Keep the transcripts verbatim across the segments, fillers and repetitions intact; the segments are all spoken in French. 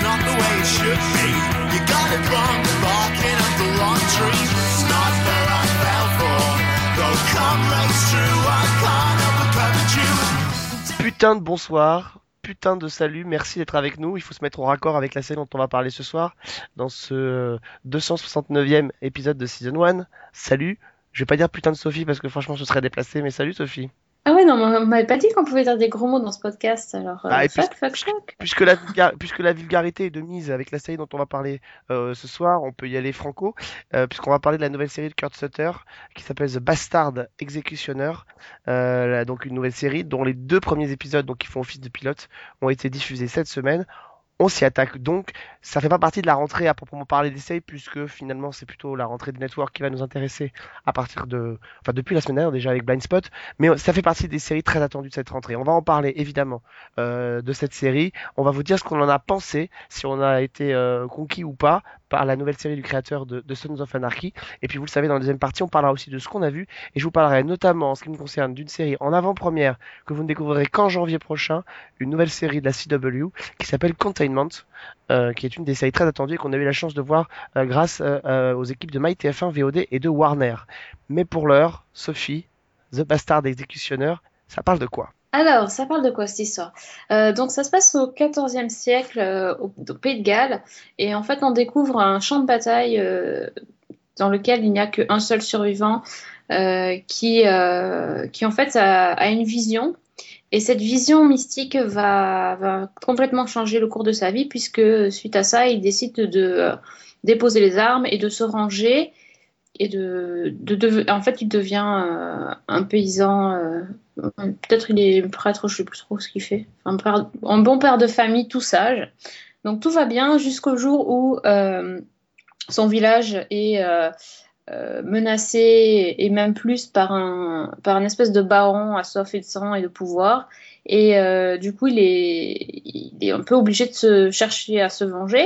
not the way it should be. You got it wrong, barking up the wrong tree. It's not where I fell for. Though comrades true, I can't help but covet you. Putain de bonsoir, putain de salut, merci d'être avec nous. Il faut se mettre au raccord avec la série dont on va parler ce soir dans ce deux cent soixante-neuvième épisode de Season un. Salut, je vais pas dire putain de Sophie parce que franchement ce serait déplacé, mais salut Sophie. Ah ouais, non, mais on m'avait pas dit qu'on pouvait dire des gros mots dans ce podcast, alors euh, Ah, et puis- fuck, fuck, fuck. Puisque la, vulga- puisque la vulgarité est de mise avec la série dont on va parler euh, ce soir, on peut y aller franco, euh, puisqu'on va parler de la nouvelle série de Kurt Sutter qui s'appelle The Bastard Executioner, euh, là, donc une nouvelle série dont les deux premiers épisodes, donc qui font office de pilote, ont été diffusés cette semaine. On s'y attaque donc, ça fait pas partie de la rentrée à proprement parler des séries, puisque finalement c'est plutôt la rentrée de Network qui va nous intéresser à partir de, enfin depuis la semaine dernière déjà avec Blind Spot, mais ça fait partie des séries très attendues de cette rentrée. On va en parler évidemment euh, de cette série. On va vous dire ce qu'on en a pensé, si on a été euh, conquis ou pas par la nouvelle série du créateur de, de Sons of Anarchy. Et puis vous le savez, dans la deuxième partie, on parlera aussi de ce qu'on a vu. Et je vous parlerai notamment, en ce qui me concerne, d'une série en avant-première que vous ne découvrirez qu'en janvier prochain, une nouvelle série de la C W qui s'appelle Containment, euh, qui est une des séries très attendues et qu'on a eu la chance de voir euh, grâce euh, euh, aux équipes de MyTF un, V O D et de Warner. Mais pour l'heure, Sophie, The Bastard Executioner, ça parle de quoi? Alors, ça parle de quoi cette histoire? Euh, donc, ça se passe au quatorzième siècle, euh, au, au Pays de Galles, et en fait, on découvre un champ de bataille euh, dans lequel il n'y a qu'un seul survivant euh, qui, euh, qui, en fait, a, a une vision. Et cette vision mystique va, va complètement changer le cours de sa vie, puisque suite à ça, il décide de, de déposer les armes et de se ranger. Et de, de, de en fait, il devient euh, un paysan. Euh, peut-être il est prêtre, je sais plus trop ce qu'il fait. Un, père, un bon père de famille, tout sage. Donc tout va bien jusqu'au jour où euh, son village est euh, euh, menacé et même plus par un par une espèce de baron assoiffé de sang et de pouvoir. Et euh, du coup, il est il est un peu obligé de se chercher à se venger.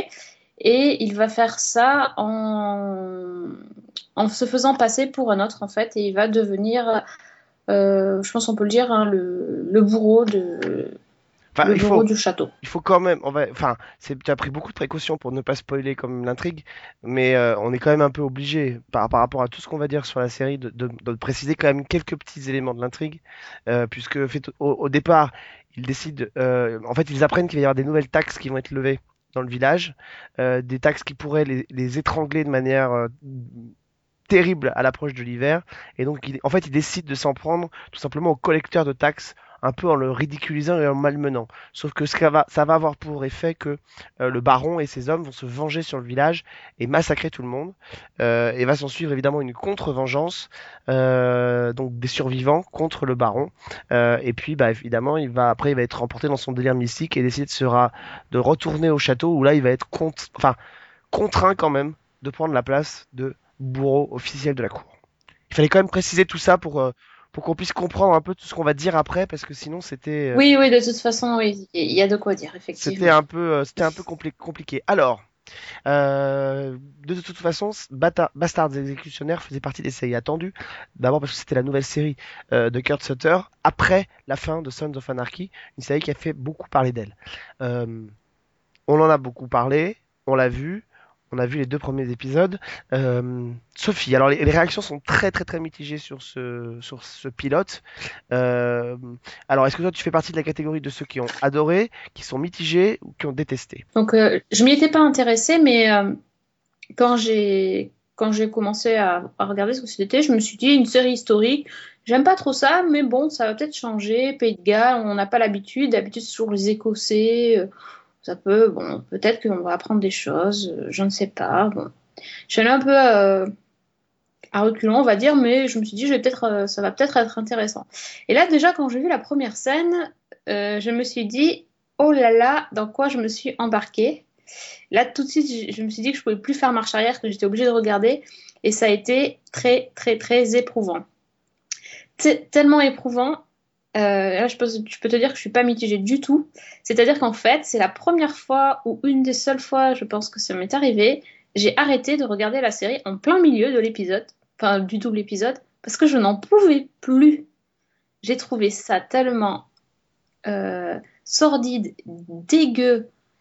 Et il va faire ça en, en se faisant passer pour un autre, en fait, et il va devenir, euh, je pense qu'on peut le dire, hein, le, le bourreau, de, Enfin, le il bourreau faut, du château. il faut quand même, on va, enfin, c'est, tu as pris beaucoup de précautions pour ne pas spoiler comme l'intrigue, mais euh, on est quand même un peu obligé, par, par rapport à tout ce qu'on va dire sur la série, de, de, de préciser quand même quelques petits éléments de l'intrigue, euh, puisque fait, au, au départ, ils décident, euh, en fait, ils apprennent qu'il va y avoir des nouvelles taxes qui vont être levées dans le village, euh, des taxes qui pourraient les, les étrangler de manière euh, terrible à l'approche de l'hiver, et donc, il, en fait, ils décident de s'en prendre tout simplement aux collecteurs de taxes un peu en le ridiculisant et en le malmenant. Sauf que ça va, ça va avoir pour effet que euh, le baron et ses hommes vont se venger sur le village et massacrer tout le monde. Euh, et va s'en suivre évidemment une contre-vengeance, euh, donc des survivants contre le baron. Euh, et puis, bah, évidemment, il va après, il va être remporté dans son délire mystique et décider de, sera, de retourner au château où là, il va être cont enfin, contraint quand même de prendre la place de bourreau officiel de la cour. Il fallait quand même préciser tout ça pour euh, pour qu'on puisse comprendre un peu tout ce qu'on va dire après, parce que sinon c'était euh, Oui, oui, de toute façon, oui, il y a de quoi dire, c'était effectivement. un peu euh, c'était un peu compli- compliqué. Alors, euh, de, de toute façon, Bata- Bastards Executioner faisait partie des séries attendues. D'abord parce que c'était la nouvelle série euh, de Kurt Sutter après la fin de Sons of Anarchy, une série qui a fait beaucoup parler d'elle. Euh, on en a beaucoup parlé, on l'a vu. On a vu les deux premiers épisodes. Euh, Sophie, alors les, les réactions sont très très très mitigées sur ce, sur ce pilote. Euh, alors est-ce que toi tu fais partie de la catégorie de ceux qui ont adoré, qui sont mitigés ou qui ont détesté? Donc, euh, je m'y étais pas intéressée, mais euh, quand j'ai quand j'ai commencé à, à regarder ce que c'était, je me suis dit, une série historique, j'aime pas trop ça, mais bon, ça va peut-être changer. Pays de Galles, on n'a pas l'habitude. D'habitude, c'est toujours les Écossais. euh, Ça peut, bon, peut-être qu'on va apprendre des choses, euh, je ne sais pas. Bon. Je suis allée un peu euh, à reculons, on va dire, mais je me suis dit, je vais peut-être, euh, ça va peut-être être intéressant. Et là, déjà, quand j'ai vu la première scène, euh, je me suis dit, oh là là, dans quoi je me suis embarquée. Là, tout de suite, je, je me suis dit que je pouvais plus faire marche arrière, que j'étais obligée de regarder, et ça a été très, très, très éprouvant. T- tellement éprouvant. Euh, là, je peux, je peux te dire que je suis pas mitigée du tout. C'est-à-dire qu'en fait, c'est la première fois ou une des seules fois, je pense que ça m'est arrivé, j'ai arrêté de regarder la série en plein milieu de l'épisode, enfin du double épisode, parce que je n'en pouvais plus. J'ai trouvé ça tellement euh, sordide, dégueu,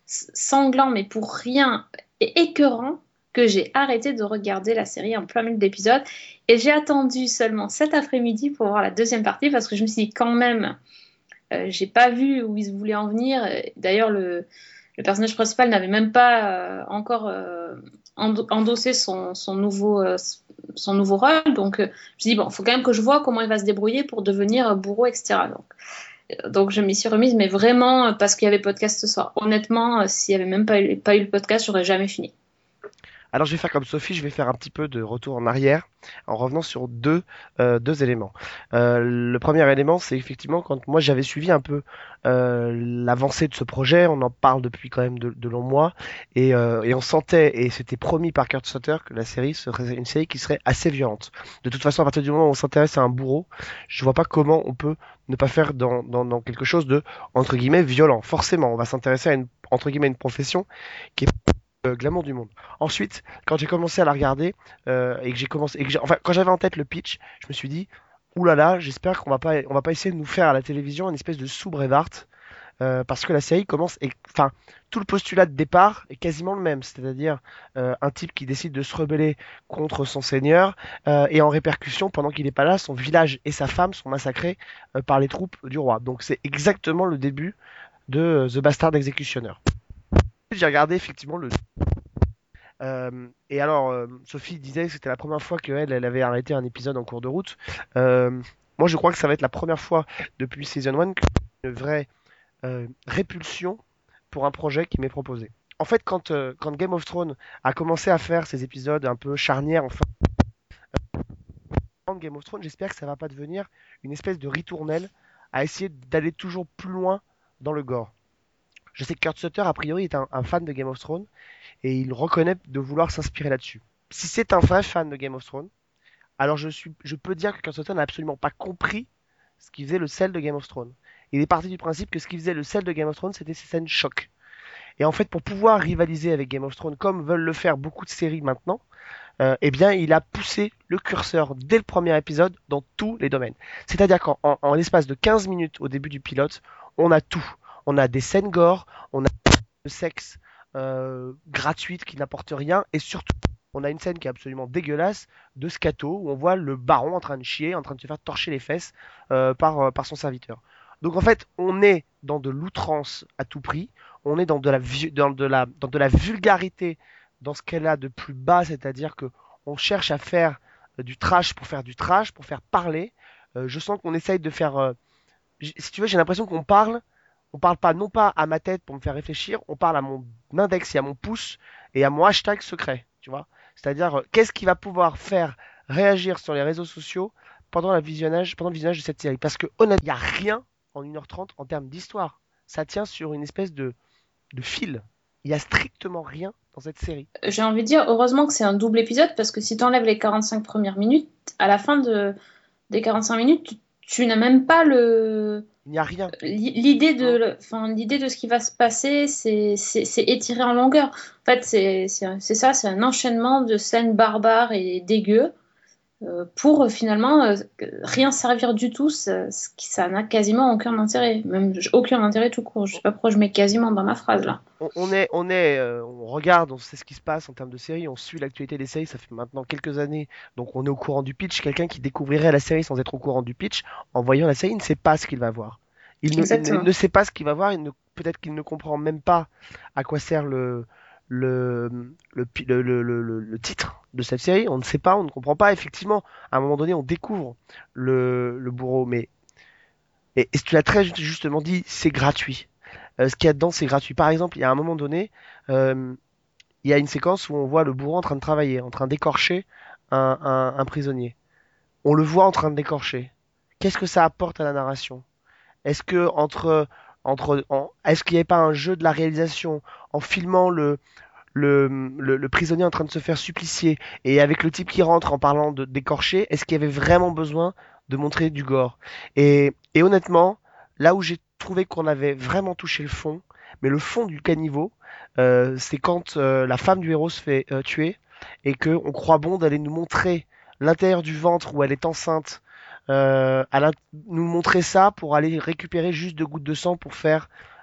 sanglant, mais pour rien, et écœurant, que j'ai arrêté de regarder la série en plein milieu d'épisode. Et j'ai attendu seulement cet après-midi pour voir la deuxième partie, parce que je me suis dit quand même, euh, j'ai pas vu où ils voulaient en venir. D'ailleurs, le, le personnage principal n'avait même pas euh, encore euh, endossé son, son, nouveau, euh, son nouveau rôle. Donc, euh, je me suis dit, bon, il faut quand même que je vois comment il va se débrouiller pour devenir bourreau, et cetera. Donc, Donc je m'y suis remise, mais vraiment parce qu'il y avait podcast ce soir. Honnêtement, euh, s'il n'y avait même pas eu, pas eu le podcast, j'aurais jamais fini. Alors je vais faire comme Sophie, je vais faire un petit peu de retour en arrière en revenant sur deux, euh, deux éléments. Euh, le premier élément, c'est effectivement quand moi j'avais suivi un peu euh, l'avancée de ce projet, on en parle depuis quand même de, de longs mois, et, euh, et on sentait, et c'était promis par Kurt Sutter, que la série serait une série qui serait assez violente. De toute façon, à partir du moment où on s'intéresse à un bourreau, je vois pas comment on peut ne pas faire dans, dans, dans quelque chose de, entre guillemets, violent. Forcément, on va s'intéresser à une, entre guillemets, une profession qui est euh, glamour du monde. Ensuite, quand j'ai commencé à la regarder euh, et que j'ai commencé, et que j'ai- enfin, quand j'avais en tête le pitch, je me suis dit, oulala, j'espère qu'on va pas, on va pas essayer de nous faire à la télévision une espèce de sous-Brevard, euh, parce que la série commence, et enfin, tout le postulat de départ est quasiment le même, c'est-à-dire euh, un type qui décide de se rebeller contre son seigneur, euh, et en répercussion, pendant qu'il n'est pas là, son village et sa femme sont massacrés euh, par les troupes du roi. Donc c'est exactement le début de euh, The Bastard Executioner. J'ai regardé effectivement le euh, et alors, euh, Sophie disait que c'était la première fois qu'elle, elle avait arrêté un épisode en cours de route. Euh, Moi, je crois que ça va être la première fois depuis Season un que j'ai une vraie euh, répulsion pour un projet qui m'est proposé. En fait, quand, euh, quand Game of Thrones a commencé à faire ces épisodes un peu charnières, enfin, de Game of Thrones, j'espère que ça va pas devenir une espèce de ritournelle à essayer d'aller toujours plus loin dans le gore. Je sais que Kurt Sutter, a priori, est un, un fan de Game of Thrones et il reconnaît de vouloir s'inspirer là-dessus. Si c'est un vrai fan de Game of Thrones, alors je, suis, je peux dire que Kurt Sutter n'a absolument pas compris ce qui faisait le sel de Game of Thrones. Il est parti du principe que ce qui faisait le sel de Game of Thrones, c'était ces scènes choc. Et en fait, pour pouvoir rivaliser avec Game of Thrones, comme veulent le faire beaucoup de séries maintenant, euh, eh bien, il a poussé le curseur dès le premier épisode dans tous les domaines. C'est-à-dire qu'en en, en l'espace de quinze minutes au début du pilote, on a tout. On a des scènes gore, on a de sexe euh, gratuite qui n'apporte rien, et surtout, on a une scène qui est absolument dégueulasse de scato où on voit le baron en train de chier, en train de se faire torcher les fesses euh, par, euh, par son serviteur. Donc en fait, on est dans de l'outrance à tout prix, on est dans de la, dans de la, dans de la vulgarité dans ce qu'elle a de plus bas, c'est-à-dire que on cherche à faire euh, du trash pour faire du trash, pour faire parler. Euh, je sens qu'on essaye de faire... euh, j- si tu veux, j'ai l'impression qu'on parle, on parle pas non pas à ma tête pour me faire réfléchir, on parle à mon index et à mon pouce et à mon hashtag secret, tu vois. C'est-à-dire, euh, qu'est-ce qui va pouvoir faire réagir sur les réseaux sociaux pendant, la visionnage, pendant le visionnage de cette série. Parce que honnêtement, il n'y a rien en une heure trente en termes d'histoire. Ça tient sur une espèce de, de fil. Il n'y a strictement rien dans cette série. J'ai envie de dire, heureusement que c'est un double épisode, parce que si tu enlèves les quarante-cinq premières minutes, à la fin de, des quarante-cinq minutes, tu, tu n'as même pas le... Il n'y a rien. L'idée de, enfin, l'idée de ce qui va se passer, c'est, c'est, c'est étiré en longueur. En fait, c'est, c'est, c'est ça, c'est un enchaînement de scènes barbares et dégueu euh, pour euh, finalement euh, rien servir du tout. Ça, ça n'a quasiment aucun intérêt, même aucun intérêt tout court. Je sais pas pourquoi je mets quasiment dans ma phrase là. On, on est, on est, euh, on regarde, on sait ce qui se passe en termes de série, on suit l'actualité des séries, ça fait maintenant quelques années, donc on est au courant du pitch. Quelqu'un qui découvrirait la série sans être au courant du pitch, en voyant la série, il ne sait pas ce qu'il va voir. Il ne, il ne- Exactement. ne sait pas ce qu'il va voir, il ne, peut-être qu'il ne comprend même pas à quoi sert le, le, le, pi- le, le- le- le- le titre de cette série. On ne sait pas, on ne comprend pas. Effectivement, à un moment donné, on découvre le, le bourreau, mais et, et tu l'as très ju- justement dit, c'est gratuit. Euh, ce qu'il y a dedans, c'est gratuit. Par exemple, il y a un moment donné, euh, il y a une séquence où on voit le bourreau en train de travailler, en train d'écorcher un, un- un prisonnier. On le voit en train de d'écorcher. Qu'est-ce que ça apporte à la narration? Est-ce que entre entre en- est-ce qu'il n'y avait pas un jeu de la réalisation en filmant le le, le, le prisonnier en train de se faire supplicier et avec le type qui rentre en parlant de d'écorcher, est-ce qu'il y avait vraiment besoin de montrer du gore? Et, et honnêtement, là où j'ai trouvé qu'on avait vraiment touché le fond, mais le fond du caniveau, euh, c'est quand euh, la femme du héros se fait euh, tuer et que on croit bon d'aller nous montrer l'intérieur du ventre où elle est enceinte, euh, à l'int- nous montrer ça pour aller récupérer juste deux gouttes de sang pour faire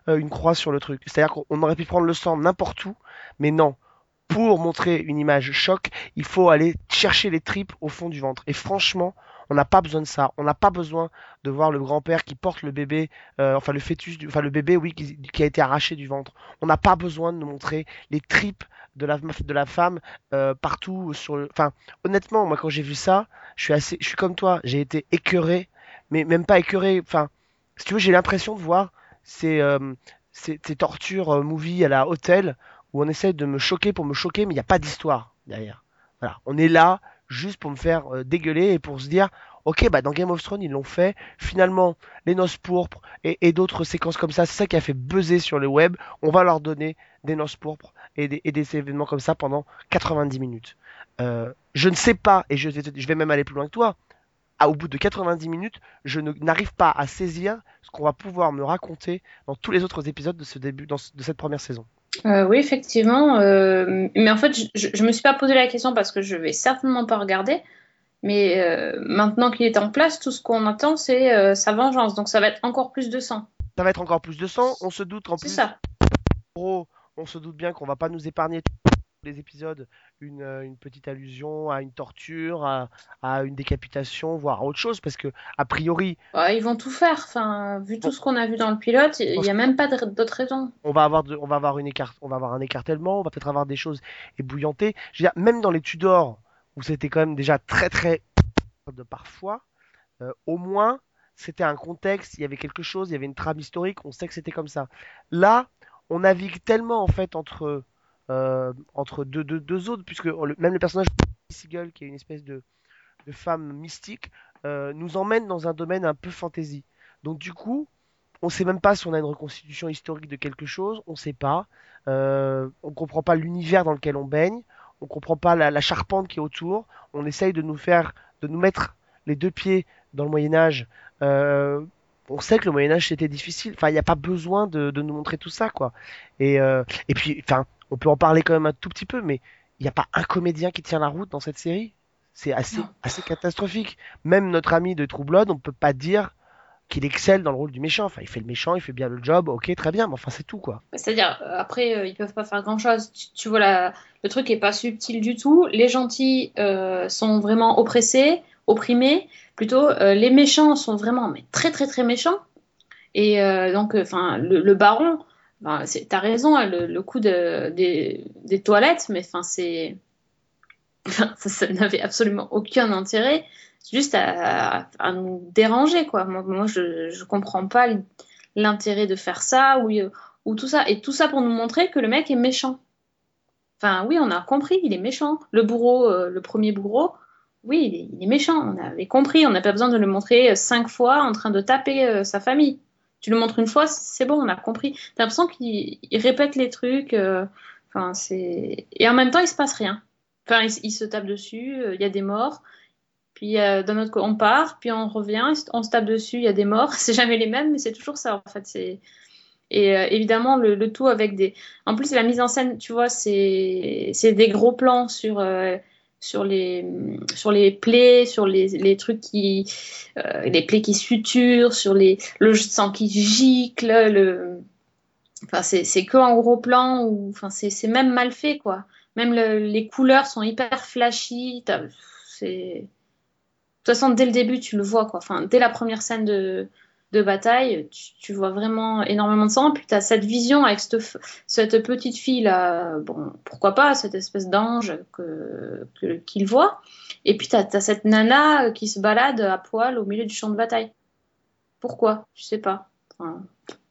euh, une croix sur le truc. C'est-à-dire qu'on on aurait pu prendre le sang n'importe où, mais non. Pour montrer une image choc, il faut aller chercher les tripes au fond du ventre. Et franchement, on n'a pas besoin de ça. On n'a pas besoin de voir le grand-père qui porte le bébé, euh, enfin le fœtus, du- enfin le bébé, oui, qui, qui a été arraché du ventre. On n'a pas besoin de nous montrer les tripes de la, de la femme euh, partout sur le. Enfin, honnêtement, moi quand j'ai vu ça, je suis assez, je suis comme toi, j'ai été écœuré, mais même pas écœuré. Enfin, si tu veux, j'ai l'impression de voir ces, euh, ces, ces tortures euh, movie à la hôtel où on essaie de me choquer pour me choquer, mais il n'y a pas d'histoire derrière. Voilà, on est là juste pour me faire euh, dégueuler et pour se dire, ok, bah dans Game of Thrones ils l'ont fait. Finalement, les noces pourpres et, et d'autres séquences comme ça, c'est ça qui a fait buzzer sur le web. On va leur donner des noces pourpres et des, et des événements comme ça pendant quatre-vingt-dix minutes. Euh, je ne sais pas, et je, je vais même aller plus loin que toi. À, au bout de quatre-vingt-dix minutes, je ne- n'arrive pas à saisir ce qu'on va pouvoir me raconter dans tous les autres épisodes de ce début, dans ce- de cette première saison. Euh, oui, effectivement. Euh, mais en fait, je, je, je me suis pas posé la question parce que je vais certainement pas regarder. Mais euh, maintenant qu'il est en place, tout ce qu'on attend, c'est euh, sa vengeance. Donc ça va être encore plus de sang. Ça va être encore plus de sang. On se doute qu'en C'est plus, ça. gros, on se doute bien qu'on va pas nous épargner tous les épisodes une, euh, une petite allusion à une torture, à, à une décapitation, voire à autre chose, parce que a priori, Ouais, ils vont tout faire. Enfin, vu tout bon, ce qu'on a vu dans le pilote, il n'y a même pas de- d'autre raison. on va avoir de- on va avoir une écart, on va avoir un écartèlement, on va peut-être avoir des choses ébouillantées. Je veux dire, même dans les Tudors, où c'était quand même déjà très très de parfois, euh, au moins c'était un contexte, il y avait quelque chose, il y avait une trame historique, on sait que c'était comme ça. Là, on navigue tellement en fait entre euh, entre deux, deux, deux autres, puisque le- même le personnage de Seagull, qui est une espèce de, de femme mystique, euh, nous emmène dans un domaine un peu fantasy. Donc du coup, on sait même pas si on a une reconstitution historique de quelque chose, on sait pas. Euh, on comprend pas l'univers dans lequel on baigne, on comprend pas la, la charpente qui est autour. On essaye de nous faire, de nous mettre les deux pieds dans le Moyen Âge. Euh, on sait que le Moyen Âge c'était difficile. Enfin, il n'y a pas besoin de, de nous montrer tout ça, quoi. Et, euh, et puis, enfin, on peut en parler quand même un tout petit peu, mais il n'y a pas un comédien qui tient la route dans cette série. C'est assez, Non. assez catastrophique. Même notre ami de True Blood, on peut pas dire qu'il excelle dans le rôle du méchant. Enfin, il fait le méchant, il fait bien le job, ok, très bien, mais enfin, c'est tout, quoi. C'est-à-dire, euh, après, euh, ils peuvent pas faire grand-chose. Tu, tu vois, la- le truc est pas subtil du tout. Les gentils euh, sont vraiment oppressés, opprimés. Plutôt, euh, les méchants sont vraiment mais très, très, très méchants. Et euh, donc, enfin, le, le baron, ben, c'est- t'as raison, hein, le, le coup de, des, des toilettes, mais enfin, c'est, ça, ça n'avait absolument aucun intérêt, juste à, à nous déranger, quoi. Moi, moi je, je comprends pas l'intérêt de faire ça ou, ou tout ça. Et tout ça pour nous montrer que le mec est méchant. Enfin, oui, on a compris, il est méchant. Le bourreau, euh, le premier bourreau, oui, il est, il est méchant. On avait compris, on n'a pas besoin de le montrer euh, cinq fois en train de taper euh, sa famille. Tu le montres une fois, c'est bon, on a compris. T'as l'impression qu'il il répète les trucs. euh, Enfin, c'est... Et en même temps, il se passe rien. Enfin, il, il se tape dessus, euh, il y a des morts. Puis euh, d'un autre côté, on part, puis on revient, on se tape dessus, il y a des morts. C'est jamais les mêmes, mais c'est toujours ça, en fait. C'est... Et euh, évidemment, le, le tout avec des... En plus, la mise en scène, tu vois, c'est, c'est des gros plans sur, euh, sur, les, sur les plaies, sur les, les trucs qui... euh, les plaies qui suturent, sur les, le sang qui gicle, le... Enfin, c'est, c'est que en gros plan, ou... enfin, c'est, c'est même mal fait, quoi. Même le- les couleurs sont hyper flashy. t'as- C'est... De toute façon, dès le début, tu le vois, quoi. Enfin, dès la première scène de, de bataille, tu, tu vois vraiment énormément de sang. Puis tu as cette vision avec cette, f- cette petite fille-là, bon, pourquoi pas, cette espèce d'ange que, que- qu'il voit. Et puis tu as, cette nana qui se balade à poil au milieu du champ de bataille. Pourquoi? Je sais pas. Enfin,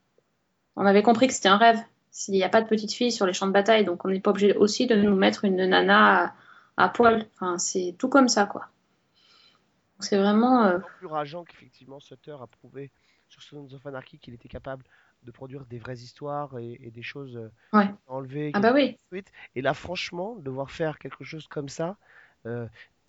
on avait compris que c'était un rêve. S'il n'y a pas de petite fille sur les champs de bataille, donc on n'est pas obligé aussi de nous mettre une nana à, à poil. Enfin, c'est tout comme ça, quoi. Donc, c'est vraiment... euh, D'autant plus rageant qu'effectivement Sutter a prouvé sur Sons of Anarchy qu'il était capable de produire des vraies histoires et, et des choses euh, Ouais. enlevées, Ah qui bah étaient oui. construites. Et là, franchement, devoir faire quelque chose comme ça, euh,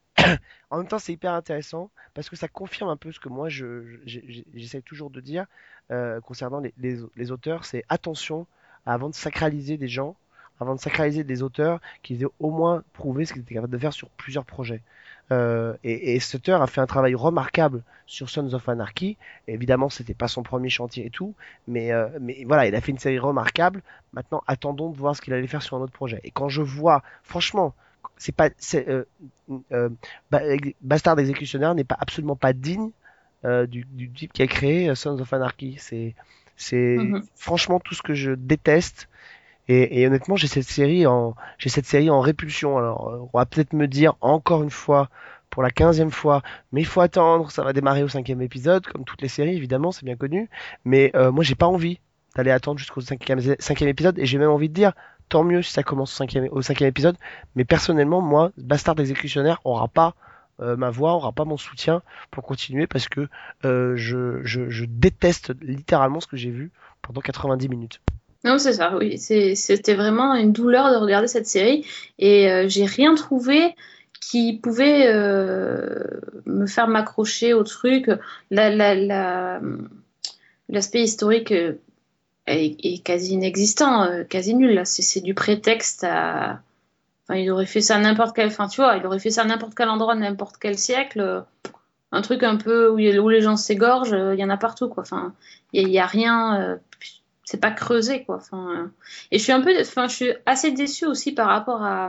en même temps, c'est hyper intéressant parce que ça confirme un peu ce que moi je, je- j'ai- j'essaie toujours de dire euh, concernant les, les- les auteurs, c'est attention avant de sacraliser des gens, avant de sacraliser des auteurs, qu'ils aient au moins prouvé ce qu'ils étaient capables de faire sur plusieurs projets. Euh, et, et Sutter a fait un travail remarquable sur Sons of Anarchy. Évidemment, c'était pas son premier chantier et tout, mais, euh, mais voilà, il a fait une série remarquable. Maintenant, attendons de voir ce qu'il allait faire sur un autre projet. Et quand je vois, franchement, c'est pas, c'est, euh, euh, Ba- Bastard Executioner n'est pas absolument pas digne euh, du, du type qui a créé euh, Sons of Anarchy. C'est, c'est Mhm. franchement tout ce que je déteste. Et, et honnêtement, j'ai cette série en, j'ai cette série en répulsion. Alors, euh, on va peut-être me dire encore une fois, pour la quinzième fois, mais il faut attendre, ça va démarrer au cinquième épisode, comme toutes les séries, évidemment, c'est bien connu. Mais euh, moi, j'ai pas envie d'aller attendre jusqu'au cinquième, cinquième épisode, et j'ai même envie de dire, tant mieux si ça commence au cinquième, au cinquième épisode. Mais personnellement, moi, Bastard Executioner aura pas euh, ma voix, aura pas mon soutien pour continuer, parce que euh, je, je, je déteste littéralement ce que j'ai vu pendant quatre-vingt-dix minutes. Non, c'est ça, oui. C'est- C'était vraiment une douleur de regarder cette série et euh, j'ai rien trouvé qui pouvait euh, me faire m'accrocher au truc. La, la, la- L'aspect historique euh, est, est quasi inexistant, euh, quasi nul. Là. C'est c'est du prétexte à. Enfin, il aurait fait ça à n'importe quel. Enfin, tu vois, il aurait fait ça à n'importe quel endroit, n'importe quel siècle. euh, Un truc un peu où, il y a- où les gens s'égorgent, euh, il y en a partout, quoi. Enfin, il n'y a, y a rien. euh, c'est pas creusé, quoi. Enfin, euh, et je suis un peu. Enfin, je suis assez déçue aussi par rapport à,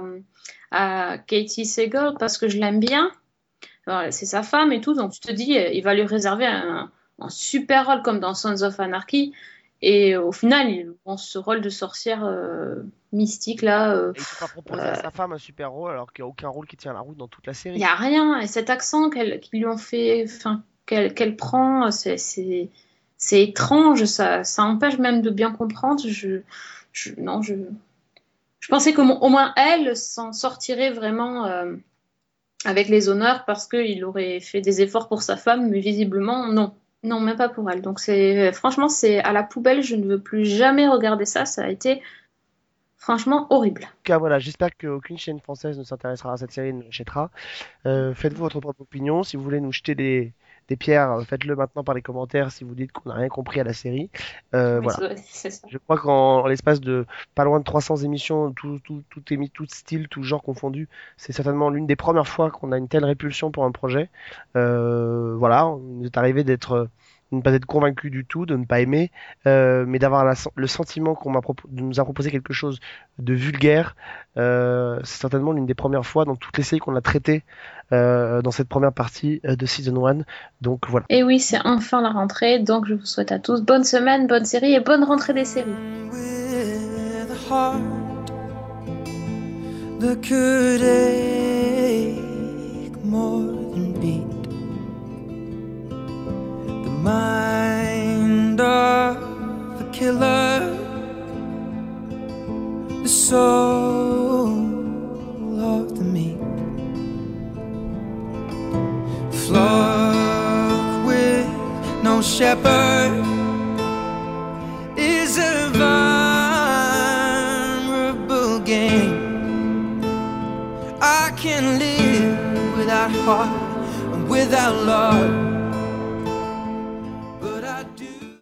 à Katie Sagal parce que je l'aime bien. Alors, c'est sa femme et tout, donc tu te dis, euh, il va lui réserver un, un super rôle comme dans Sons of Anarchy. Et euh, au final, il prend ce rôle de sorcière euh, mystique là. euh, Et il peut pas proposer à euh, sa femme un super rôle alors qu'il n'y a aucun rôle qui tient la route dans toute la Il n'y série. a rien. Et cet accent qu'elle, qu'ils lui ont fait, enfin, qu'elle, qu'elle prend, c'est, c'est, c'est étrange. Ça, ça empêche même de bien comprendre. Je, je, non, je, je pensais qu'au mo- au moins elle s'en sortirait vraiment euh, avec les honneurs parce qu'il aurait fait des efforts pour sa femme, mais visiblement, non. Non, même pas pour elle. Donc c'est, franchement, c'est à la poubelle. Je ne veux plus jamais regarder ça. Ça a été franchement horrible. En tout cas, voilà, j'espère qu'aucune chaîne française ne s'intéressera à cette série et ne l'achètera. Euh, faites-vous votre propre opinion. Si vous voulez nous jeter des, des pierres, euh, faites-le maintenant par les commentaires si vous dites qu'on n'a rien compris à la série. Euh, Oui, voilà. c'est c'est ça. Je crois qu'en en l'espace de pas loin de trois cents émissions, tout, tout, tout émis, tout style, tout genre confondu, c'est certainement l'une des premières fois qu'on a une telle répulsion pour un projet. Euh, voilà, il nous est arrivé d'être, de ne pas être convaincu du tout, de ne pas aimer, euh, mais d'avoir la- le sentiment qu'on m'a propo- de nous a proposé quelque chose de vulgaire. Euh, c'est certainement l'une des premières fois dans toutes les séries qu'on a traitées euh, dans cette première partie euh, de Season un. Donc voilà. Et oui, c'est enfin la rentrée, donc je vous souhaite à tous bonne semaine, bonne série et bonne rentrée des séries. With a heart that could ache more than beat, the mind of a killer, the soul of the meek, flock with no shepherd is a vulnerable game. I can live without heart and without love.